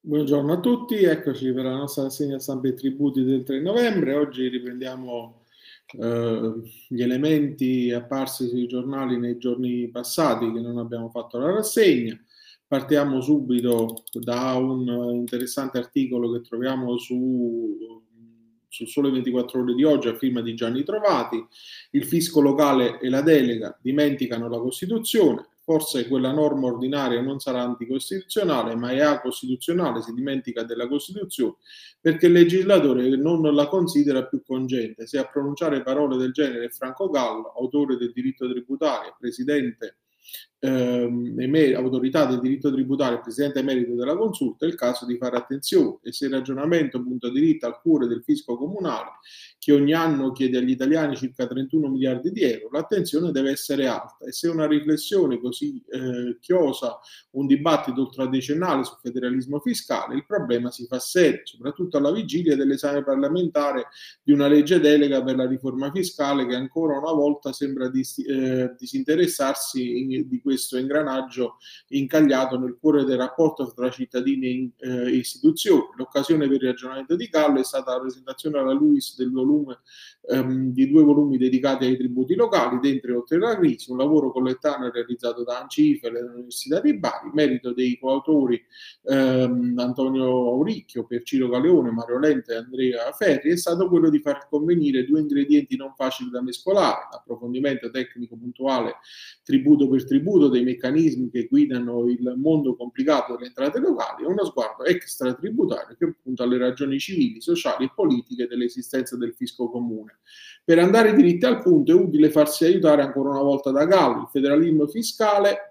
Buongiorno a tutti, eccoci per la nostra rassegna stampa e tributi del 3 novembre. Oggi riprendiamo gli elementi apparsi sui giornali nei giorni passati che non abbiamo fatto la rassegna. Partiamo subito da un interessante articolo che troviamo sul Sole 24 Ore di oggi a firma di Gianni Trovati. Il fisco locale e la delega dimenticano la Costituzione. Forse quella norma ordinaria non sarà anticostituzionale, ma è acostituzionale, si dimentica della Costituzione, perché il legislatore non la considera più cogente. Se a pronunciare parole del genere è Franco Gallo, autore del diritto tributario, presidente autorità del diritto tributario e presidente emerito della consulta, è il caso di fare attenzione. E se il ragionamento punta diritto al cuore del fisco comunale, che ogni anno chiede agli italiani circa 31 miliardi di euro, l'attenzione deve essere alta. E se una riflessione così chiosa un dibattito ultradecennale sul federalismo fiscale, il problema si fa serio, soprattutto alla vigilia dell'esame parlamentare di una legge delega per la riforma fiscale che ancora una volta sembra disinteressarsi di questo ingranaggio incagliato nel cuore del rapporto tra cittadini e istituzioni. L'occasione per il ragionamento di Gallo è stata la presentazione alla LUIS di 2 volumi dedicati ai tributi locali, dentro e oltre la crisi, un lavoro collettaneo realizzato da ANCIFE e dall'Università di Bari, merito dei coautori Antonio Auricchio, Pierciro Galeone, Mario Lente e Andrea Ferri, è stato quello di far convenire 2 ingredienti non facili da mescolare: l'approfondimento tecnico puntuale tributo per tributo dei meccanismi che guidano il mondo complicato delle entrate locali e uno sguardo extratributario che punta alle ragioni civili, sociali e politiche dell'esistenza del fisco comune. Per andare diritti al punto è utile farsi aiutare ancora una volta da Gallo. Il federalismo fiscale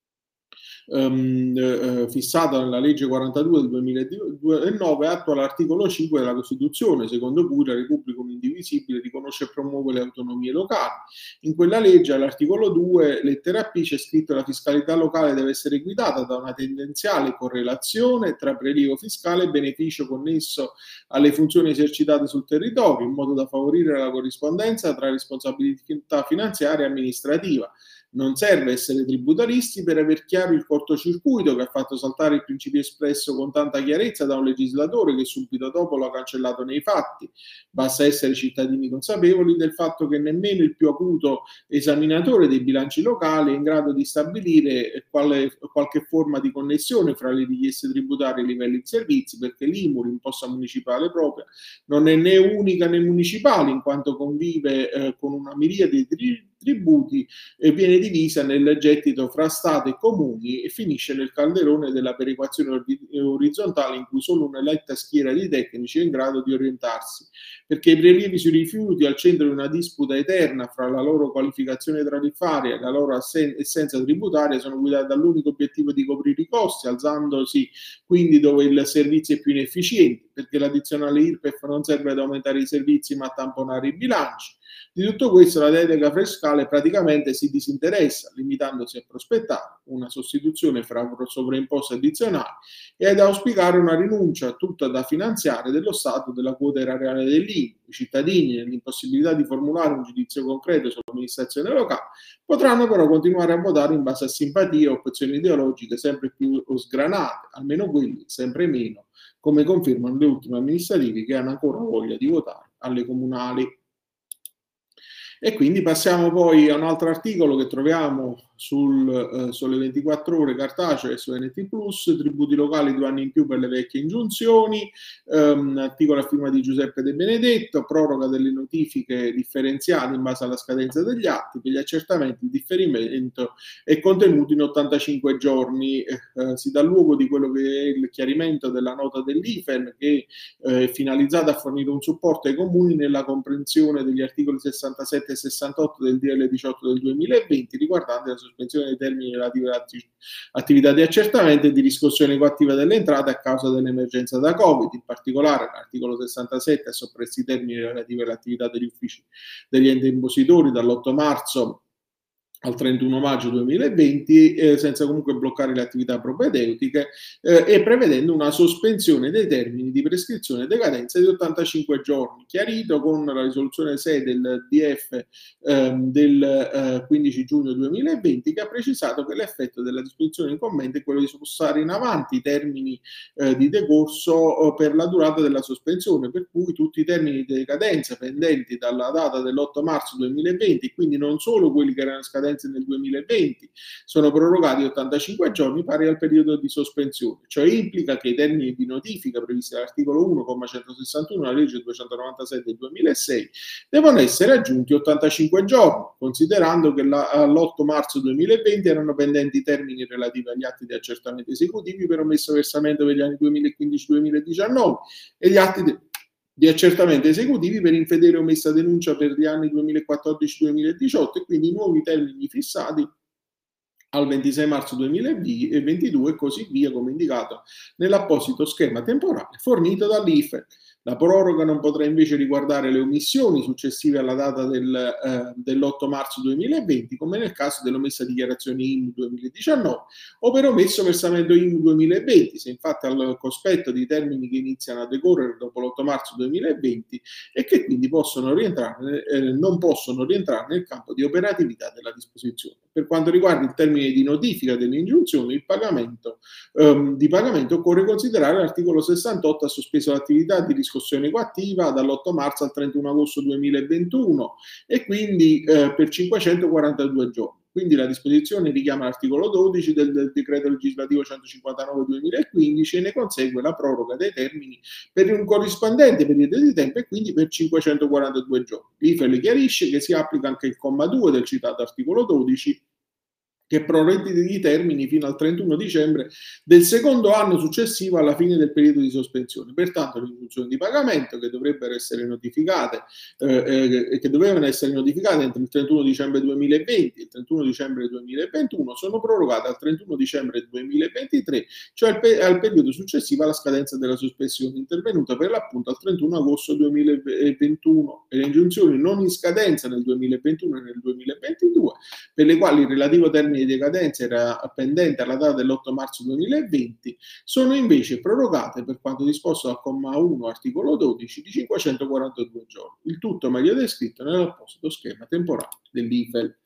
fissata nella legge 42 del 2009 attua l'articolo 5 della Costituzione, secondo cui la Repubblica indivisibile riconosce e promuove le autonomie locali. In quella legge, all'articolo 2, lettera P, c'è scritto che la fiscalità locale deve essere guidata da una tendenziale correlazione tra prelievo fiscale e beneficio connesso alle funzioni esercitate sul territorio, in modo da favorire la corrispondenza tra responsabilità finanziaria e amministrativa. Non serve essere tributaristi per aver chiaro il cortocircuito che ha fatto saltare il principio espresso con tanta chiarezza da un legislatore che subito dopo lo ha cancellato nei fatti. Basta essere cittadini consapevoli del fatto che nemmeno il più acuto esaminatore dei bilanci locali è in grado di stabilire qualche forma di connessione fra le richieste tributarie e i livelli di servizi, perché l'IMU, l'imposta municipale propria, non è né unica né municipale, in quanto convive con una miriade di tributi e viene divisa nel gettito fra Stato e comuni e finisce nel calderone della perequazione orizzontale in cui solo una eletta schiera di tecnici è in grado di orientarsi, perché i prelievi sui rifiuti, al centro di una disputa eterna fra la loro qualificazione tariffaria e la loro essenza tributaria, sono guidati dall'unico obiettivo di coprire i costi, alzandosi quindi dove il servizio è più inefficiente, perché l'addizionale IRPEF non serve ad aumentare i servizi ma a tamponare i bilanci. Di tutto questo la delega fiscale praticamente si disinteressa, limitandosi a prospettare una sostituzione fra sovraimposte addizionali e ad auspicare una rinuncia tutta da finanziare dello Stato della quota erariale dell'IVA. I cittadini, nell'impossibilità di formulare un giudizio concreto sull'amministrazione locale, potranno però continuare a votare in base a simpatie e opzioni ideologiche sempre più sgranate, almeno quelli sempre meno, come confermano le ultime amministrative che hanno ancora voglia di votare alle comunali. E quindi passiamo poi a un altro articolo che troviamo sul Sole 24 Ore cartaceo e su NT Plus, tributi locali 2 anni in più per le vecchie ingiunzioni, articolo a firma di Giuseppe De Benedetto, proroga delle notifiche differenziate in base alla scadenza degli atti, per gli accertamenti il differimento è contenuto in 85 giorni, si dà luogo di quello che è il chiarimento della nota dell'IFEN che è finalizzata a fornire un supporto ai comuni nella comprensione degli articoli 67 e 68 del DL 18 del 2020 riguardanti la sospensione dei termini relativi all'attività di accertamento e di riscossione coattiva delle entrate a causa dell'emergenza da Covid. In particolare l'articolo 67 ha soppresso i termini relativi all'attività degli uffici degli enti impositori dall'8 marzo al 31 maggio 2020, senza comunque bloccare le attività propedeutiche, e prevedendo una sospensione dei termini di prescrizione e decadenza di 85 giorni, chiarito con la risoluzione 6 del DF del 15 giugno 2020, che ha precisato che l'effetto della disposizione in commento è quello di spostare in avanti i termini di decorso per la durata della sospensione, per cui tutti i termini di decadenza pendenti dalla data dell'8 marzo 2020, quindi non solo quelli che erano scadenza nel 2020, sono prorogati 85 giorni pari al periodo di sospensione. Ciò implica che i termini di notifica previsti dall'articolo 1,161 della legge 296 del 2006 devono essere aggiunti 85 giorni, considerando che all'8 marzo 2020 erano pendenti i termini relativi agli atti di accertamento esecutivi per omesso versamento per gli anni 2015-2019 e gli atti di accertamento esecutivi per infedele omessa denuncia per gli anni 2014-2018 e quindi i nuovi termini fissati al 26 marzo 2022 e così via, come indicato nell'apposito schema temporale fornito dall'IFE. La proroga non potrà invece riguardare le omissioni successive alla data dell'8 marzo 2020, come nel caso dell'omessa dichiarazione IMU 2019 o per omesso versamento IMU 2020, se infatti al cospetto di termini che iniziano a decorrere dopo l'8 marzo 2020 e che quindi non possono rientrare nel campo di operatività della disposizione. Per quanto riguarda il termine di notifica dell'ingiunzione, il pagamento di pagamento occorre considerare l'articolo 68 ha sospeso l'attività di riscossione coattiva dall'8 marzo al 31 agosto 2021 e quindi per 542 giorni. Quindi la disposizione richiama l'articolo 12 del decreto legislativo 159/2015 e ne consegue la proroga dei termini per un corrispondente periodo di tempo e quindi per 542 giorni. L'IFEL chiarisce che si applica anche il comma 2 del citato articolo 12 che proroghi i termini fino al 31 dicembre del secondo anno successivo alla fine del periodo di sospensione. Pertanto le ingiunzioni di pagamento che dovrebbero essere notificate che dovevano essere notificate entro il 31 dicembre 2020 e il 31 dicembre 2021 sono prorogate al 31 dicembre 2023, cioè al periodo successivo alla scadenza della sospensione intervenuta per l'appunto al 31 agosto 2021 e le ingiunzioni non in scadenza nel 2021 e nel 2022 per le quali il relativo termine di decadenza era pendente alla data dell'8 marzo 2020, sono invece prorogate per quanto disposto dal comma 1 articolo 12 di 542 giorni. Il tutto meglio descritto nell'apposito schema temporale dell'IFEL.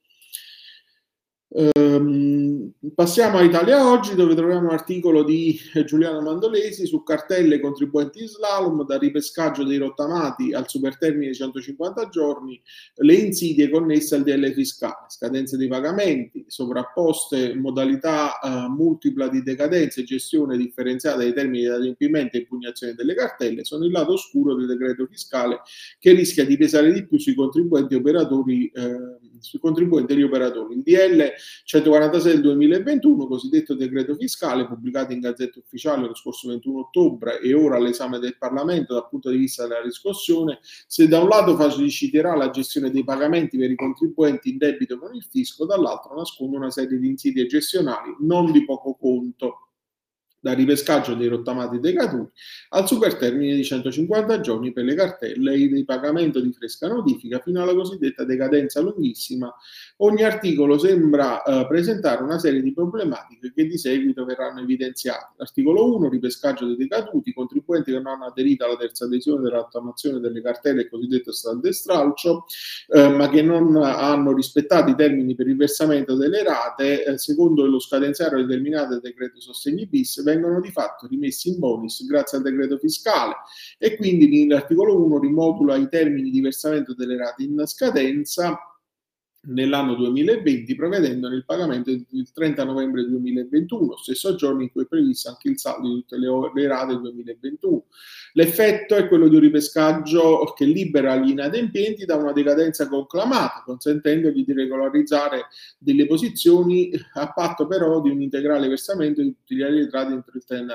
Passiamo a Italia Oggi, dove troviamo un articolo di Giuliano Mandolesi su cartelle contribuenti slalom, da ripescaggio dei rottamati al supertermine di 150 giorni, le insidie connesse al DL fiscale, scadenze dei pagamenti, sovrapposte modalità multipla di decadenza e gestione differenziata dei termini di adempimento e impugnazione delle cartelle sono il lato oscuro del decreto fiscale che rischia di pesare di più sui contribuenti operatori. Il DL 146 del 2021, cosiddetto decreto fiscale, pubblicato in Gazzetta Ufficiale lo scorso 21 ottobre e ora all'esame del Parlamento dal punto di vista della riscossione, se da un lato faciliterà la gestione dei pagamenti per i contribuenti in debito con il fisco, dall'altro nasconde una serie di insidie gestionali non di poco conto. Da ripescaggio dei rottamati decaduti al supertermine di 150 giorni per le cartelle e di pagamento di fresca notifica fino alla cosiddetta decadenza lunghissima. Ogni articolo sembra presentare una serie di problematiche che di seguito verranno evidenziate. L'articolo 1, ripescaggio dei decaduti, contribuenti che non hanno aderito alla terza adesione della rottamazione delle cartelle cosiddetto saldo e stralcio, ma che non hanno rispettato i termini per il versamento delle rate, secondo lo scadenziario determinato dal decreto sostegni bis, vengono di fatto rimessi in bonus grazie al decreto fiscale e quindi l'articolo 1 rimodula i termini di versamento delle rate in scadenza nell'anno 2020, prevedendone il pagamento il 30 novembre 2021, stesso giorno in cui è previsto anche il saldo di tutte le rate del 2021. L'effetto è quello di un ripescaggio che libera gli inadempienti da una decadenza conclamata, consentendogli di regolarizzare delle posizioni a patto però di un integrale versamento di tutti gli arretrati entro il 30 novembre.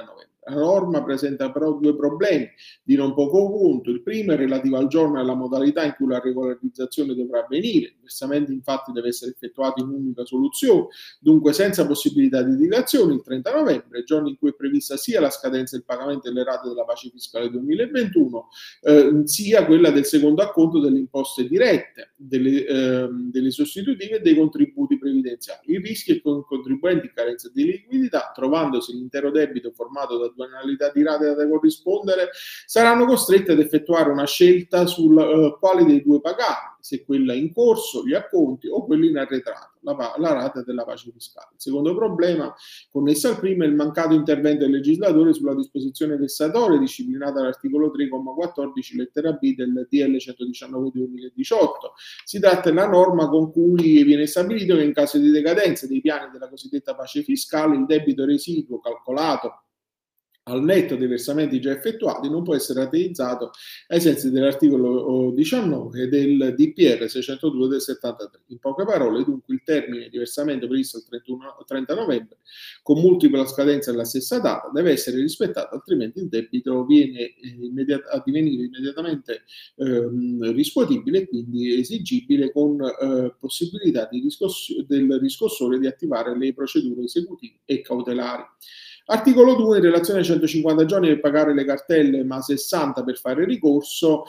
La norma presenta però due problemi di non poco conto. Il primo è relativo al giorno e alla modalità in cui la regolarizzazione dovrà avvenire. Il versamento infatti deve essere effettuato in un'unica soluzione, dunque senza possibilità di dilazione, il 30 novembre, giorno in cui è prevista sia la scadenza del pagamento delle rate della pace fiscale 2021, sia quella del secondo acconto delle imposte dirette, delle sostitutive e dei contributi previdenziali. Il rischio è che i contribuenti in carenza di liquidità, trovandosi l'intero debito formato da due annualità di rate da corrispondere, saranno costretti ad effettuare una scelta sul quale dei due pagare, se quella in corso, gli acconti, o quello in arretrato, la rata della pace fiscale. Il secondo problema, connesso al primo, è il mancato intervento del legislatore sulla disposizione vessatoria disciplinata all'articolo 3,14 lettera B del DL 119/2018. Si tratta della norma con cui viene stabilito che in caso di decadenza dei piani della cosiddetta pace fiscale, il debito residuo calcolato al netto dei versamenti già effettuati non può essere rateizzato ai sensi dell'articolo 19 del DPR 602 del 73. In poche parole, dunque, il termine di versamento previsto il 30 novembre, con multipla scadenza della stessa data, deve essere rispettato, altrimenti il debito viene a divenire immediatamente riscuotibile e quindi esigibile, con possibilità del riscossore di attivare le procedure esecutive e cautelari. Articolo 2, in relazione ai 150 giorni per pagare le cartelle, ma 60 per fare ricorso,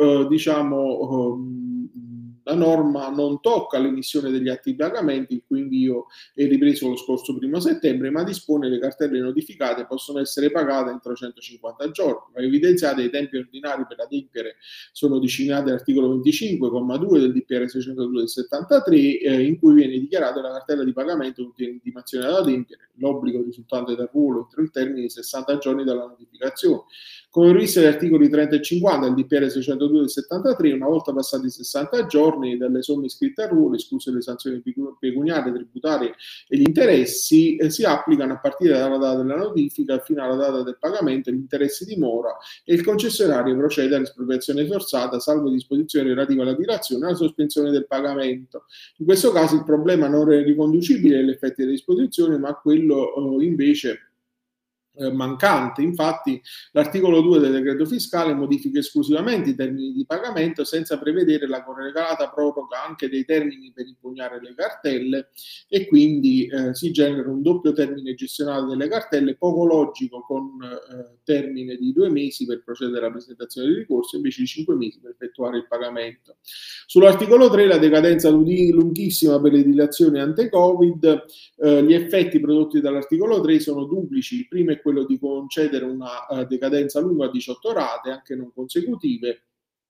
la norma non tocca l'emissione degli atti di pagamento, il cui invio è ripreso lo scorso 1 settembre, ma dispone che le cartelle notificate possono essere pagate entro 150 giorni. Va evidenziato che i tempi ordinari per adempiere sono disciplinati all'articolo 25,2 del DPR 602 del 73, in cui viene dichiarato che la cartella di pagamento contiene intimazione ad adempiere, l'obbligo risultante dal ruolo entro il termine di 60 giorni dalla notificazione. Come previsto dagli articoli 30 e 50 del DPR 602 del 73, una volta passati 60 giorni dalle somme iscritte al ruolo, escluse le sanzioni pecuniarie, tributarie e gli interessi, si applicano a partire dalla data della notifica fino alla data del pagamento gli interessi di mora, e il concessionario procede all'espropriazione forzata, salvo disposizioni relative alla dilazione e alla sospensione del pagamento. In questo caso il problema non è riconducibile agli effetti delle disposizioni, ma a quello invece mancante. Infatti l'articolo 2 del decreto fiscale modifica esclusivamente i termini di pagamento, senza prevedere la correlata proroga anche dei termini per impugnare le cartelle, e quindi si genera un doppio termine gestionale delle cartelle, poco logico, con termine di 2 mesi per procedere alla presentazione di ricorso invece di 5 mesi per effettuare il pagamento. Sull'articolo 3, la decadenza lunghissima per le dilazioni ante-Covid. Gli effetti prodotti dall'articolo 3 sono duplici. Il primo è quello di concedere una decadenza lunga a 18 rate, anche non consecutive,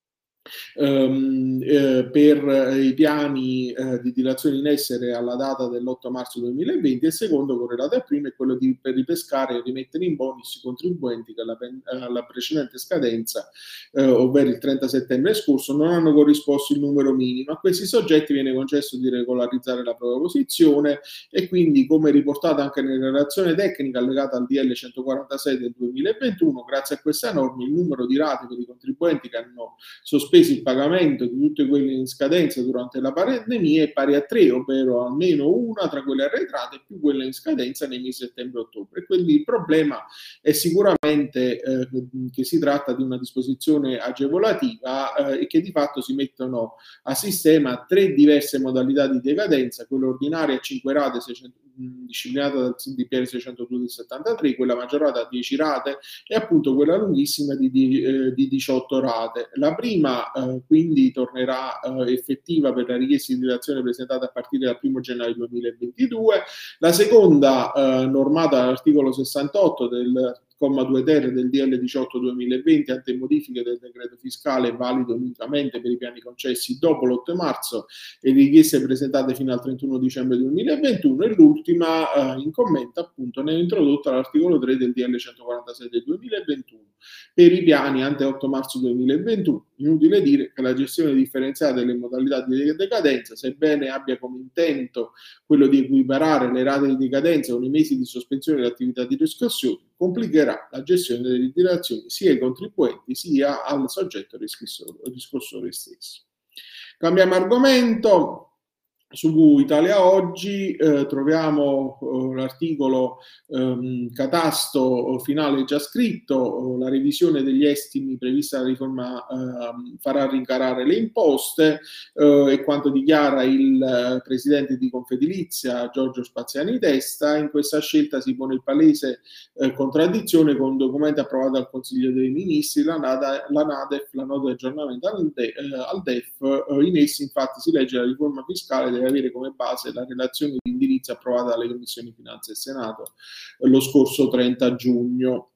per i piani di dilazione in essere alla data dell'8 marzo 2020, e il secondo, correlato al primo, è quello per ripescare e rimettere in bonus i contribuenti che alla precedente scadenza, ovvero il 30 settembre scorso, non hanno corrisposto il numero minimo. A questi soggetti viene concesso di regolarizzare la propria posizione, e quindi, come riportato anche nella relazione tecnica allegata al DL 146 del 2021, grazie a questa norma il numero di rate per i contribuenti che hanno sospeso il pagamento di tutte quelle in scadenza durante la pandemia è pari a 3, ovvero almeno una tra quelle arretrate più quelle in scadenza nei mesi settembre e ottobre. E quindi il problema è sicuramente che si tratta di una disposizione agevolativa e che di fatto si mettono a sistema 3 diverse modalità di decadenza: quella ordinaria a 5 rate disciplinata dal DPR 602 del 73, quella maggiorata a 10 rate e appunto quella lunghissima di 18 rate. La prima quindi tornerà effettiva per la richiesta di dilazione presentata a partire dal 1 gennaio 2022, la seconda normata all'articolo 68 del comma 2 ter del DL 18 2020, ante modifiche del decreto fiscale, valido unicamente per i piani concessi dopo l'8 marzo e le richieste presentate fino al 31 dicembre 2021, e l'ultima in commento appunto ne è introdotta all'articolo 3 del DL 146 del 2021 per i piani ante 8 marzo 2021. Inutile dire che la gestione differenziata delle modalità di decadenza, sebbene abbia come intento quello di equiparare le rate di decadenza con i mesi di sospensione dell'attività di riscossione, complicherà la gestione delle dilazioni sia ai contribuenti sia al soggetto riscossore stesso. Cambiamo argomento. Su Italia Oggi troviamo l'articolo Catasto finale già scritto, la revisione degli estimi prevista dalla riforma farà rincarare le imposte e quanto dichiara il presidente di Confedilizia Giorgio Spaziani Testa. In questa scelta si pone il palese contraddizione con un documento approvato dal Consiglio dei Ministri, la NADEF, la nota di aggiornamento al DEF. In essi infatti si legge la riforma fiscale deve avere come base la relazione di indirizzo approvata dalle Commissioni Finanze e Senato lo scorso 30 giugno.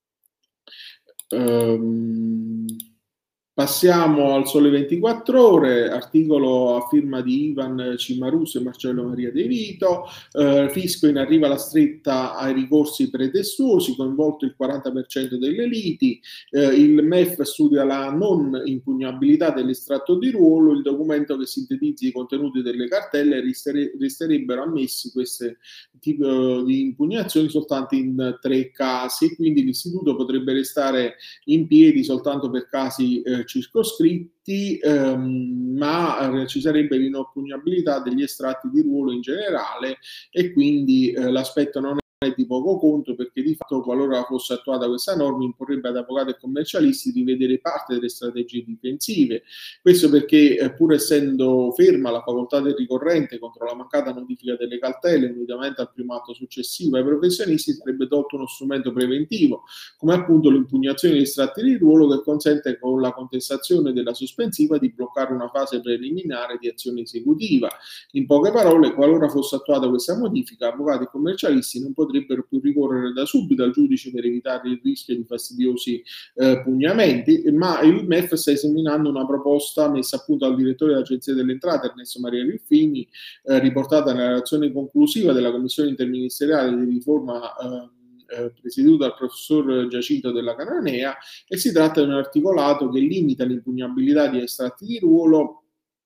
Passiamo al Sole 24 Ore, articolo a firma di Ivan Cimaruso e Marcello Maria De Vito. Fisco in arriva alla stretta ai ricorsi pretestuosi, coinvolto il 40% delle liti. Il MEF studia la non impugnabilità dell'estratto di ruolo. Il documento che sintetizza i contenuti delle cartelle resterebbero ammessi queste tipo di impugnazioni soltanto in 3 casi, quindi l'istituto potrebbe restare in piedi soltanto per casi circoscritti, ma ci sarebbe l'inoppugnabilità degli estratti di ruolo in generale e quindi l'aspetto non è di poco conto, perché di fatto qualora fosse attuata questa norma imporrebbe ad avvocati e commercialisti di vedere parte delle strategie difensive. Questo perché pur essendo ferma la facoltà del ricorrente contro la mancata notifica delle cartelle unitamente al primo atto successivo ai professionisti, sarebbe tolto uno strumento preventivo come appunto l'impugnazione degli estratti di ruolo, che consente con la contestazione della sospensiva di bloccare una fase preliminare di azione esecutiva. In poche parole, qualora fosse attuata questa modifica, avvocati e commercialisti non potrebbero più ricorrere da subito al giudice per evitare il rischio di fastidiosi pugnamenti, ma il MEF sta esaminando una proposta messa a punto dal direttore dell'Agenzia delle Entrate, Ernesto Maria Riffini, riportata nella relazione conclusiva della Commissione interministeriale di riforma presieduto dal professor Giacinto della Cananea, e si tratta di un articolato che limita l'impugnabilità di estratti di ruolo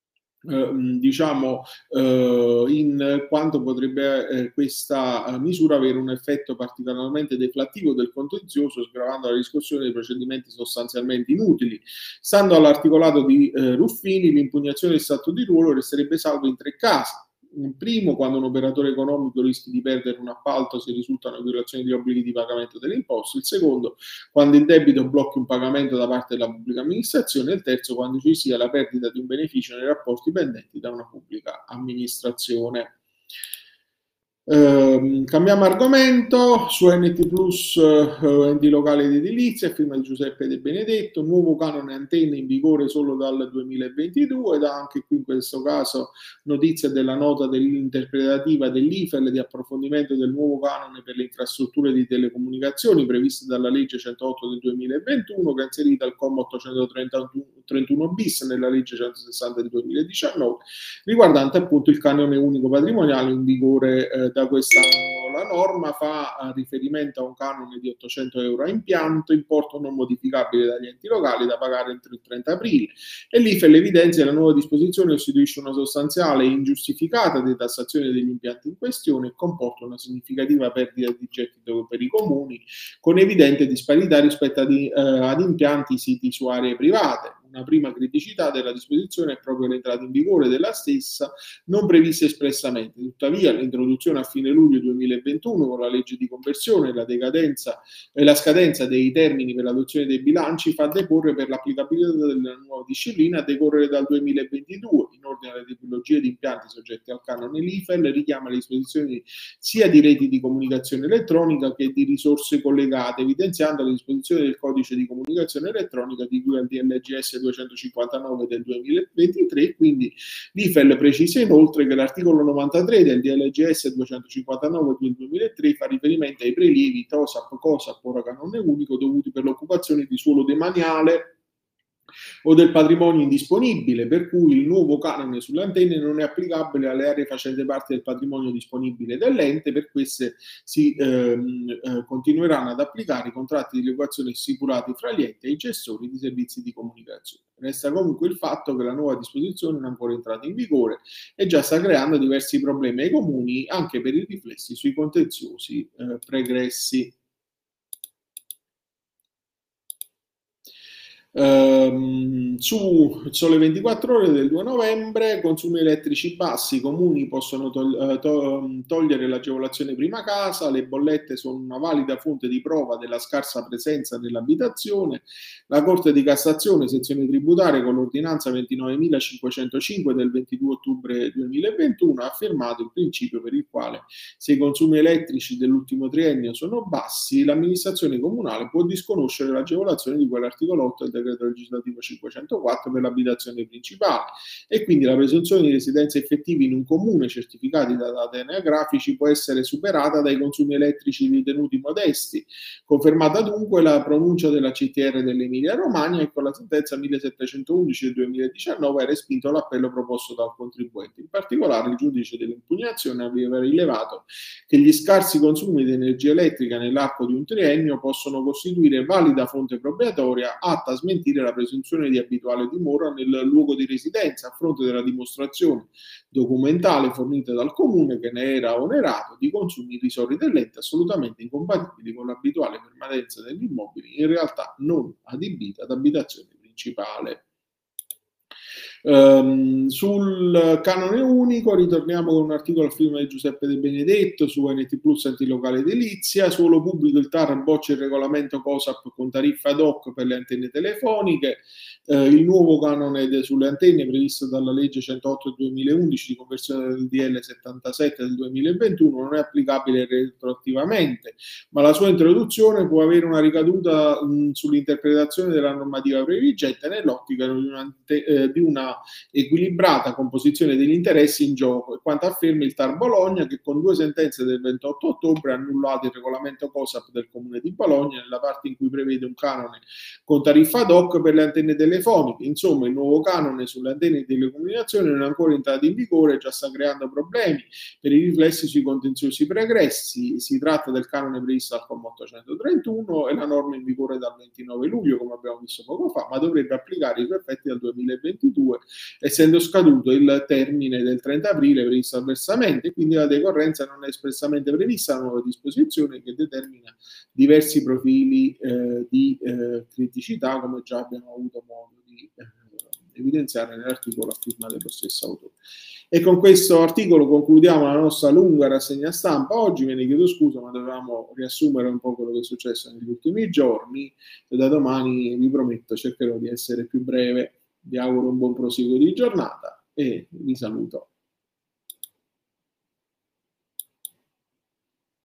in quanto potrebbe questa misura avere un effetto particolarmente deflattivo del contenzioso, sgravando la riscossione dei procedimenti sostanzialmente inutili. Stando all'articolato di Ruffini, l'impugnazione del stato di ruolo resterebbe salvo in 3 casi. Il primo, quando un operatore economico rischi di perdere un appalto se risulta una violazione di obblighi di pagamento delle imposte. Il secondo, quando il debito blocchi un pagamento da parte della pubblica amministrazione. Il terzo, quando ci sia la perdita di un beneficio nei rapporti pendenti da una pubblica amministrazione. Cambiamo argomento. Su NT Plus, enti locali ed edilizia, firma di Giuseppe De Benedetto, nuovo canone antenne in vigore solo dal 2022, ed anche qui in questo caso notizia della nota dell'interpretativa dell'IFEL di approfondimento del nuovo canone per le infrastrutture di telecomunicazioni previste dalla legge 108 del 2021, che ha inserito il comma 831 bis nella legge 160 del 2019, riguardante appunto il canone unico patrimoniale in vigore da quest'anno. La norma fa riferimento a un canone di 800 euro a impianto, importo non modificabile dagli enti locali, da pagare entro il 30 aprile, e l'IFEL evidenzia che la nuova disposizione costituisce una sostanziale e ingiustificata detassazione degli impianti in questione e comporta una significativa perdita di gettito per i comuni, con evidente disparità rispetto ad impianti siti su aree private. Una prima criticità della disposizione è proprio l'entrata in vigore della stessa, non prevista espressamente. Tuttavia, l'introduzione a fine luglio 2021 con la legge di conversione e la scadenza dei termini per l'adozione dei bilanci fa deporre per l'applicabilità della nuova disciplina a decorrere dal 2022. In ordine alle tipologie di impianti soggetti al canone, l'IFEL richiama le disposizioni sia di reti di comunicazione elettronica che di risorse collegate, evidenziando le disposizioni del codice di comunicazione elettronica di cui al DLGS 259 del 2023. Quindi l'IFEL precisa inoltre che l'articolo 93 del DLGS 259 del 2003 fa riferimento ai prelievi TOSAP, COSAP, ora canone unico, dovuti per l'occupazione di suolo demaniale o del patrimonio indisponibile, per cui il nuovo canone sulle antenne non è applicabile alle aree facenti parte del patrimonio disponibile dell'ente. Per queste si continueranno ad applicare i contratti di locazione stipulati fra gli enti e i gestori di servizi di comunicazione. Resta comunque il fatto che la nuova disposizione non è ancora entrata in vigore e già sta creando diversi problemi ai comuni, anche per i riflessi sui contenziosi pregressi. Su Sole 24 Ore del 2 novembre, consumi elettrici bassi, i comuni possono togliere l'agevolazione prima casa, le bollette sono una valida fonte di prova della scarsa presenza nell'abitazione, la Corte di Cassazione, sezione tributaria, con l'ordinanza 29.505 del 22 ottobre 2021 ha affermato il principio per il quale se i consumi elettrici dell'ultimo triennio sono bassi, l'amministrazione comunale può disconoscere l'agevolazione di quell'articolo 8 del decreto legislativo 504 per l'abitazione principale e quindi la presunzione di residenza effettiva in un comune certificati da dati anagrafici può essere superata dai consumi elettrici ritenuti modesti, confermata dunque la pronuncia della CTR dell'Emilia Romagna e con la sentenza 1711 del 2019 ha respinto l'appello proposto dal contribuente. In particolare il giudice dell'impugnazione aveva rilevato che gli scarsi consumi di energia elettrica nell'arco di un triennio possono costituire valida fonte probatoria atta a smentire la presunzione di abituale dimora nel luogo di residenza a fronte della dimostrazione documentale fornita dal comune che ne era onerato di consumi irrisori dell'ente assolutamente incompatibili con l'abituale permanenza degli immobili in realtà non adibita ad abitazione principale. Sul canone unico ritorniamo con un articolo a firma di Giuseppe De Benedetto su NT Plus Antilocale Edilizia. Suolo pubblico il TAR boccia il regolamento COSAP con tariffa ad hoc per le antenne telefoniche. Il nuovo canone sulle antenne previsto dalla legge 108 del 2011 di conversione del DL 77 del 2021 non è applicabile retroattivamente, ma la sua introduzione può avere una ricaduta sull'interpretazione della normativa previgente nell'ottica di una equilibrata composizione degli interessi in gioco, e quanto afferma il TAR Bologna che con due sentenze del 28 ottobre ha annullato il regolamento COSAP del Comune di Bologna nella parte in cui prevede un canone con tariffa ad hoc per le antenne telefoniche. Insomma, il nuovo canone sulle antenne di telecomunicazione non è ancora entrato in vigore e già sta creando problemi per i riflessi sui contenziosi pregressi. Si tratta del canone previsto dal comma 831 e la norma in vigore dal 29 luglio, come abbiamo visto poco fa, ma dovrebbe applicare i suoi effetti dal 2022, essendo scaduto il termine del 30 aprile previsto dal versamento, e quindi la decorrenza non è espressamente prevista una nuova disposizione che determina diversi profili di criticità, come già abbiamo avuto modo di evidenziare nell'articolo a firma dello stesso autore. E con questo articolo concludiamo la nostra lunga rassegna stampa oggi. Ve ne chiedo scusa, ma dovevamo riassumere un po' quello che è successo negli ultimi giorni, e da domani vi prometto cercherò di essere più breve. Vi auguro un buon proseguo di giornata e vi saluto.